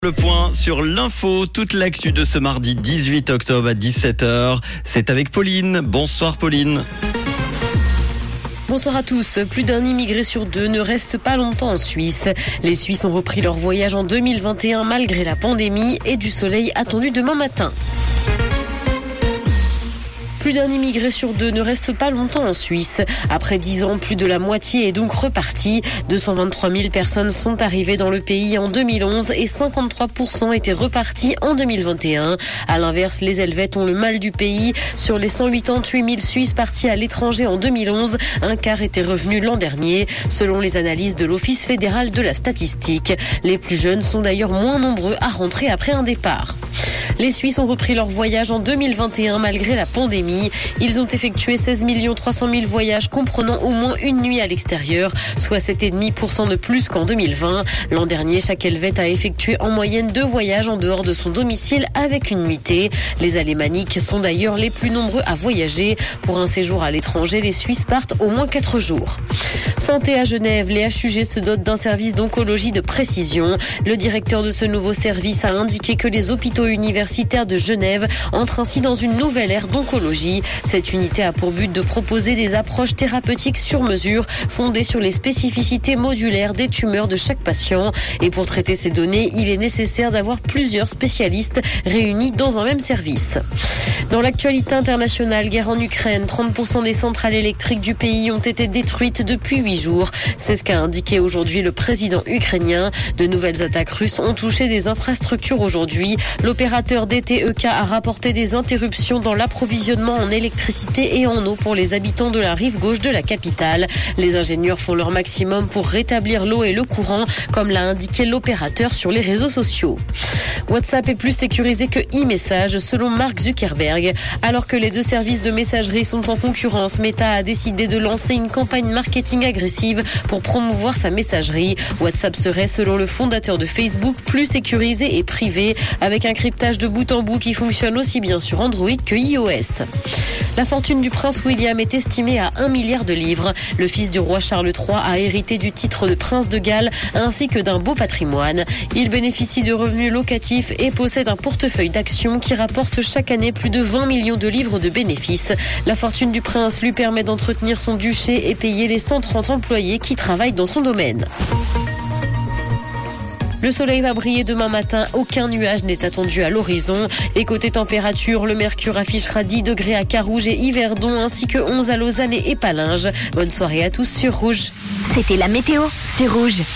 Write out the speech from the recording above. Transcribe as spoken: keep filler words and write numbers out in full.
Le point sur l'info, toute l'actu de ce mardi dix-huit octobre à dix-sept heures. C'est avec Pauline. Bonsoir Pauline. Bonsoir à tous. Plus d'un immigré sur deux ne reste pas longtemps en Suisse. Les Suisses ont repris leur voyage en deux mille vingt et un malgré la pandémie et du soleil attendu demain matin. Plus d'un immigré sur deux ne reste pas longtemps en Suisse. Après dix ans, plus de la moitié est donc repartie. deux cent vingt-trois mille personnes sont arrivées dans le pays en deux mille onze et cinquante-trois pour cent étaient repartis en deux mille vingt et un. À l'inverse, les Helvètes ont le mal du pays. Sur les cent quatre-vingt-huit mille Suisses partis à l'étranger en deux mille onze, un quart était revenu l'an dernier, selon les analyses de l'Office fédéral de la statistique. Les plus jeunes sont d'ailleurs moins nombreux à rentrer après un départ. Les Suisses ont repris leur voyage en deux mille vingt et un malgré la pandémie. Ils ont effectué seize millions trois cent mille voyages comprenant au moins une nuit à l'extérieur, soit sept virgule cinq pour cent de plus qu'en deux mille vingt. L'an dernier, chaque Helvète a effectué en moyenne deux voyages en dehors de son domicile avec une nuitée. Les Alémaniques sont d'ailleurs les plus nombreux à voyager. Pour un séjour à l'étranger, les Suisses partent au moins quatre jours. Santé à Genève, les H U G se dotent d'un service d'oncologie de précision. Le directeur de ce nouveau service a indiqué que les hôpitaux universitaires de Genève entrent ainsi dans une nouvelle ère d'oncologie. Cette unité a pour but de proposer des approches thérapeutiques sur mesure, fondées sur les spécificités modulaires des tumeurs de chaque patient. Et pour traiter ces données, il est nécessaire d'avoir plusieurs spécialistes réunis dans un même service. Dans l'actualité internationale, guerre en Ukraine, trente pour cent des centrales électriques du pays ont été détruites depuis huit jours. C'est ce qu'a indiqué aujourd'hui le président ukrainien. De nouvelles attaques russes ont touché des infrastructures aujourd'hui. L'opérateur D T E K a rapporté des interruptions dans l'approvisionnement en électricité et en eau pour les habitants de la rive gauche de la capitale. Les ingénieurs font leur maximum pour rétablir l'eau et le courant, comme l'a indiqué l'opérateur sur les réseaux sociaux. WhatsApp est plus sécurisé que e-message, selon Mark Zuckerberg. Alors que les deux services de messagerie sont en concurrence, Meta a décidé de lancer une campagne marketing agressive pour promouvoir sa messagerie. WhatsApp serait, selon le fondateur de Facebook, plus sécurisé et privé, avec un cryptage de bout en bout qui fonctionne aussi bien sur Android que iOS. La fortune du prince William est estimée à un milliard de livres. Le fils du roi Charles trois a hérité du titre de prince de Galles ainsi que d'un beau patrimoine. Il bénéficie de revenus locatifs et possède un portefeuille d'actions qui rapporte chaque année plus de vingt millions de livres de bénéfices. La fortune du prince lui permet d'entretenir son duché et payer les cent trente employés qui travaillent dans son domaine. Le soleil va briller demain matin, aucun nuage n'est attendu à l'horizon. Et côté température, le mercure affichera dix degrés à Carouge et Yverdon, ainsi que onze à Lausanne et Épalinges. Bonne soirée à tous sur Rouge. C'était la météo, c'est Rouge.